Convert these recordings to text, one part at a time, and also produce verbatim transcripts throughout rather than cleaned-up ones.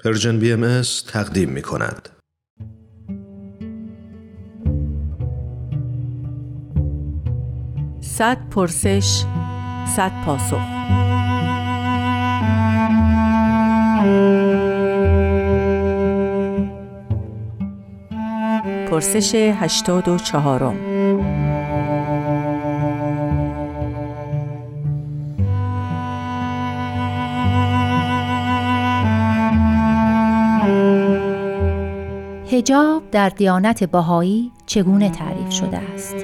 پرژن بی ام اس تقدیم می کند. صد پرسش، صد پاسخ. پرسش هشتاد و چهارم. حجاب در دیانت بهایی چگونه تعریف شده است؟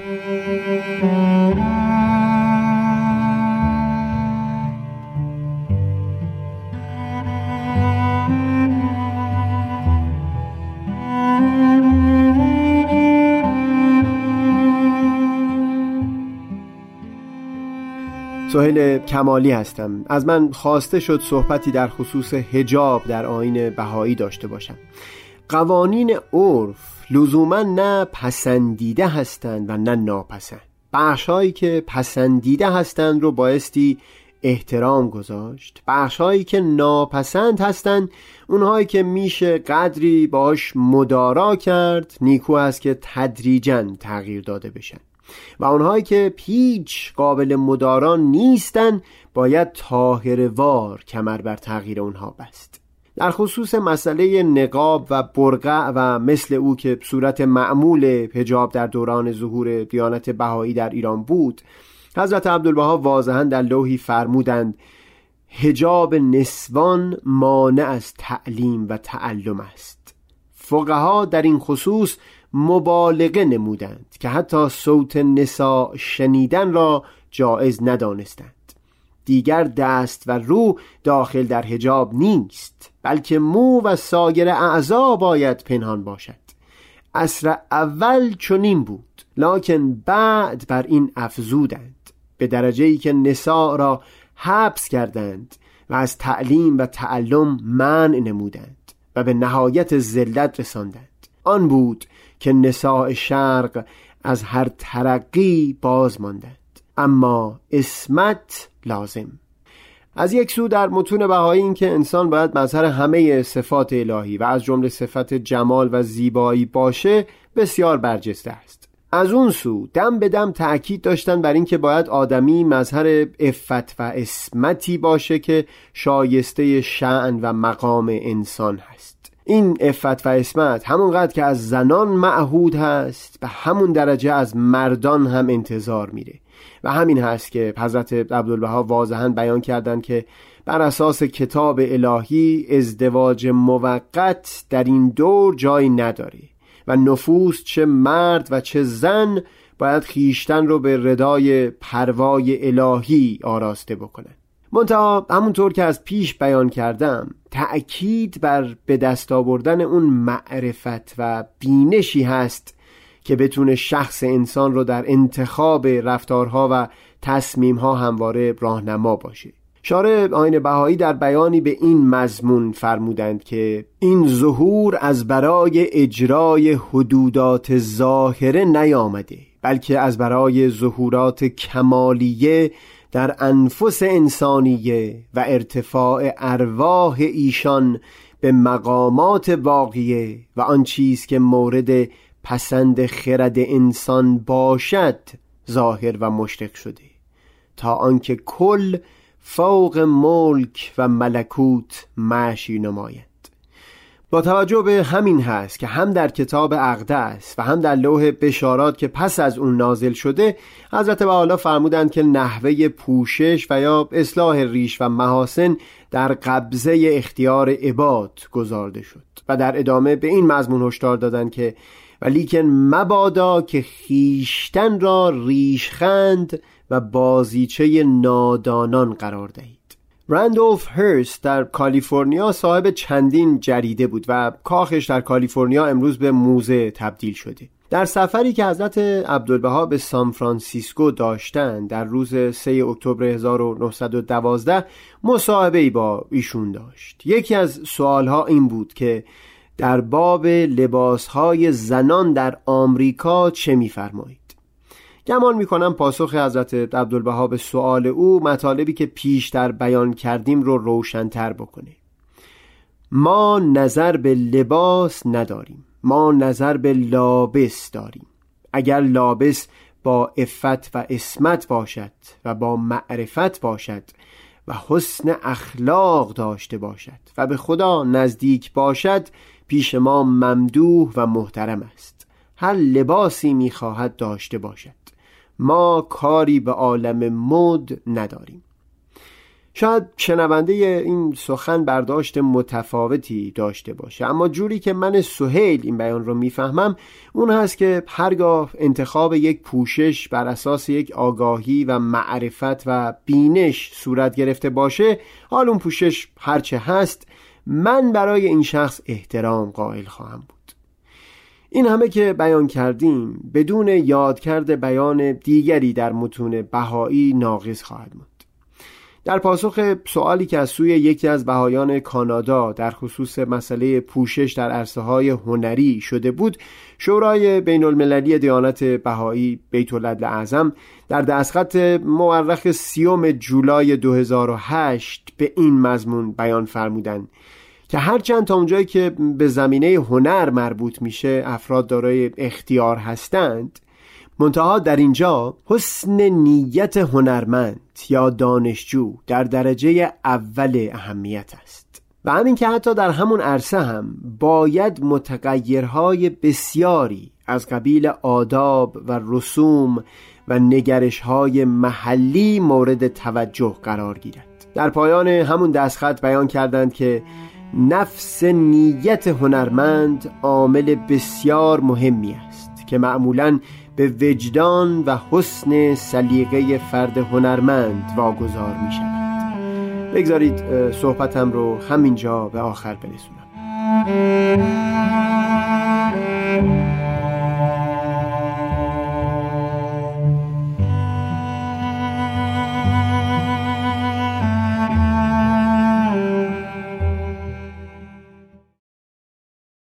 سهیل کمالی هستم. از من خواسته شد صحبتی در خصوص حجاب در آیین بهایی داشته باشم. قوانین عرف لزوما نه پسندیده هستند و نه ناپسند. بخش‌هایی که پسندیده هستند رو بایستی احترام گذاشت، بخش‌هایی که ناپسند هستند اونهایی که میشه قدری باش مدارا کرد نیکو است که تدریجاً تغییر داده بشن و اونهایی که هیچ قابل مدارا نیستن باید طاهروار کمر بر تغییر اونها بست. در خصوص مسئله نقاب و برقع و مثل او که صورت معمول حجاب در دوران ظهور دیانت بهایی در ایران بود، حضرت عبدالبها واضحاً در لوحی فرمودند حجاب نسوان مانع از تعلیم و تعلم است. فقها در این خصوص مبالغه نمودند که حتی صوت نساء شنیدن را جایز ندانستند. دیگر دست و رو داخل در حجاب نیست، بلکه مو و سایر اعضا باید پنهان باشد. عصر اول چنین بود، لکن بعد بر این افزودند به درجه‌ای که نساء را حبس کردند و از تعلیم و تعلم منع نمودند و به نهایت ذلت رساندند. آن بود که نساء شرق از هر ترقی باز ماندند، اما عصمت لازم. از یک سو در متون بهایی این که انسان باید مظهر همه صفات الهی و از جمله صفت جمال و زیبایی باشه بسیار برجسته است. از اون سو دم به دم تأکید داشتن بر این که باید آدمی مظهر عفت و عصمتی باشه که شایسته شأن و مقام انسان هست. این عفت و عصمت همونقدر که از زنان معهود هست به همون درجه از مردان هم انتظار میره و همین هست که حضرت عبدالبها واضحاً بیان کردند که بر اساس کتاب الهی ازدواج موقت در این دور جایی نداره و نفوس چه مرد و چه زن باید خیشتن رو به ردای پروای الهی آراسته بکنن. منتها همونطور که از پیش بیان کردم تأکید بر به دست آوردن اون معرفت و بینشی هست که بتونه شخص انسان رو در انتخاب رفتارها و تصمیمها همواره راهنما باشه. شارع آیین بهایی در بیانی به این مضمون فرمودند که این ظهور از برای اجرای حدودات ظاهره نیامده، بلکه از برای ظهورات کمالیه در انفس انسانیه و ارتفاع ارواح ایشان به مقامات واقعیه و آن چیز که مورد پسند خرد انسان باشد ظاهر و مشرق شده، تا آنکه کل فوق ملک و ملکوت معشی نماید. با توجه به همین هست که هم در کتاب اقدس و هم در لوح بشارات که پس از اون نازل شده حضرت بهاءالله فرمودند که نحوه پوشش و یا اصلاح ریش و محاسن در قبضه اختیار عباد گذارده شد و در ادامه به این مضمون هشدار دادند که ولیکن مبادا که خیشتن را ریشخند و بازیچه نادانان قرار دهید. راندولف هرست در کالیفرنیا صاحب چندین جریده بود و کاخش در کالیفرنیا امروز به موزه تبدیل شده. در سفری که حضرت عبدالبها به سان فرانسیسکو داشتند در روز سوم اکتبر هزار و نهصد و دوازده مصاحبه‌ای با ایشون داشت. یکی از سوالها این بود که در باب لباسهای زنان در آمریکا چه می‌فرمایید؟ گمان می‌کنم پاسخ حضرت عبدالبها به سوال او مطالبی که پیشتر بیان کردیم رو روشن‌تر بکنه. ما نظر به لباس نداریم، ما نظر به لابس داریم. اگر لابس با عفت و عصمت باشد و با معرفت باشد و حسن اخلاق داشته باشد و به خدا نزدیک باشد، پیش ما ممدوح و محترم است. هر لباسی می‌خواهد داشته باشد. ما کاری به عالم مد نداریم. شاید شنونده این سخن برداشت متفاوتی داشته باشه، اما جوری که من سهیل این بیان رو میفهمم اون هست که هرگاه انتخاب یک پوشش بر اساس یک آگاهی و معرفت و بینش صورت گرفته باشه، حال اون پوشش هرچه هست، من برای این شخص احترام قائل خواهم بود. این همه که بیان کردیم بدون یادکرد بیان دیگری در متون بهایی ناقص خواهد موند. در پاسخ سوالی که از سوی یکی از بهایان کانادا در خصوص مسئله پوشش در عرصه‌های هنری شده بود، شورای بین المللی دیانت بهایی بیت العدل اعظم در دستخط مورخ سیوم جولای دو هزار و هشت به این مضمون بیان فرمودند که هرچند تا اونجایی که به زمینه هنر مربوط میشه افراد دارای اختیار هستند، منتها در اینجا حسن نیت هنرمند یا دانشجو در درجه اول اهمیت است و همین که حتی در همون عرصه هم باید متغیرهای بسیاری از قبیل آداب و رسوم و نگرشهای محلی مورد توجه قرار گیرد. در پایان همون دستخط بیان کردند که نفس نیت هنرمند عامل بسیار مهمی است که معمولاً به وجدان و حسن سلیقه فرد هنرمند واگذار می شود. بگذارید صحبتم رو همینجا به آخر برسونم.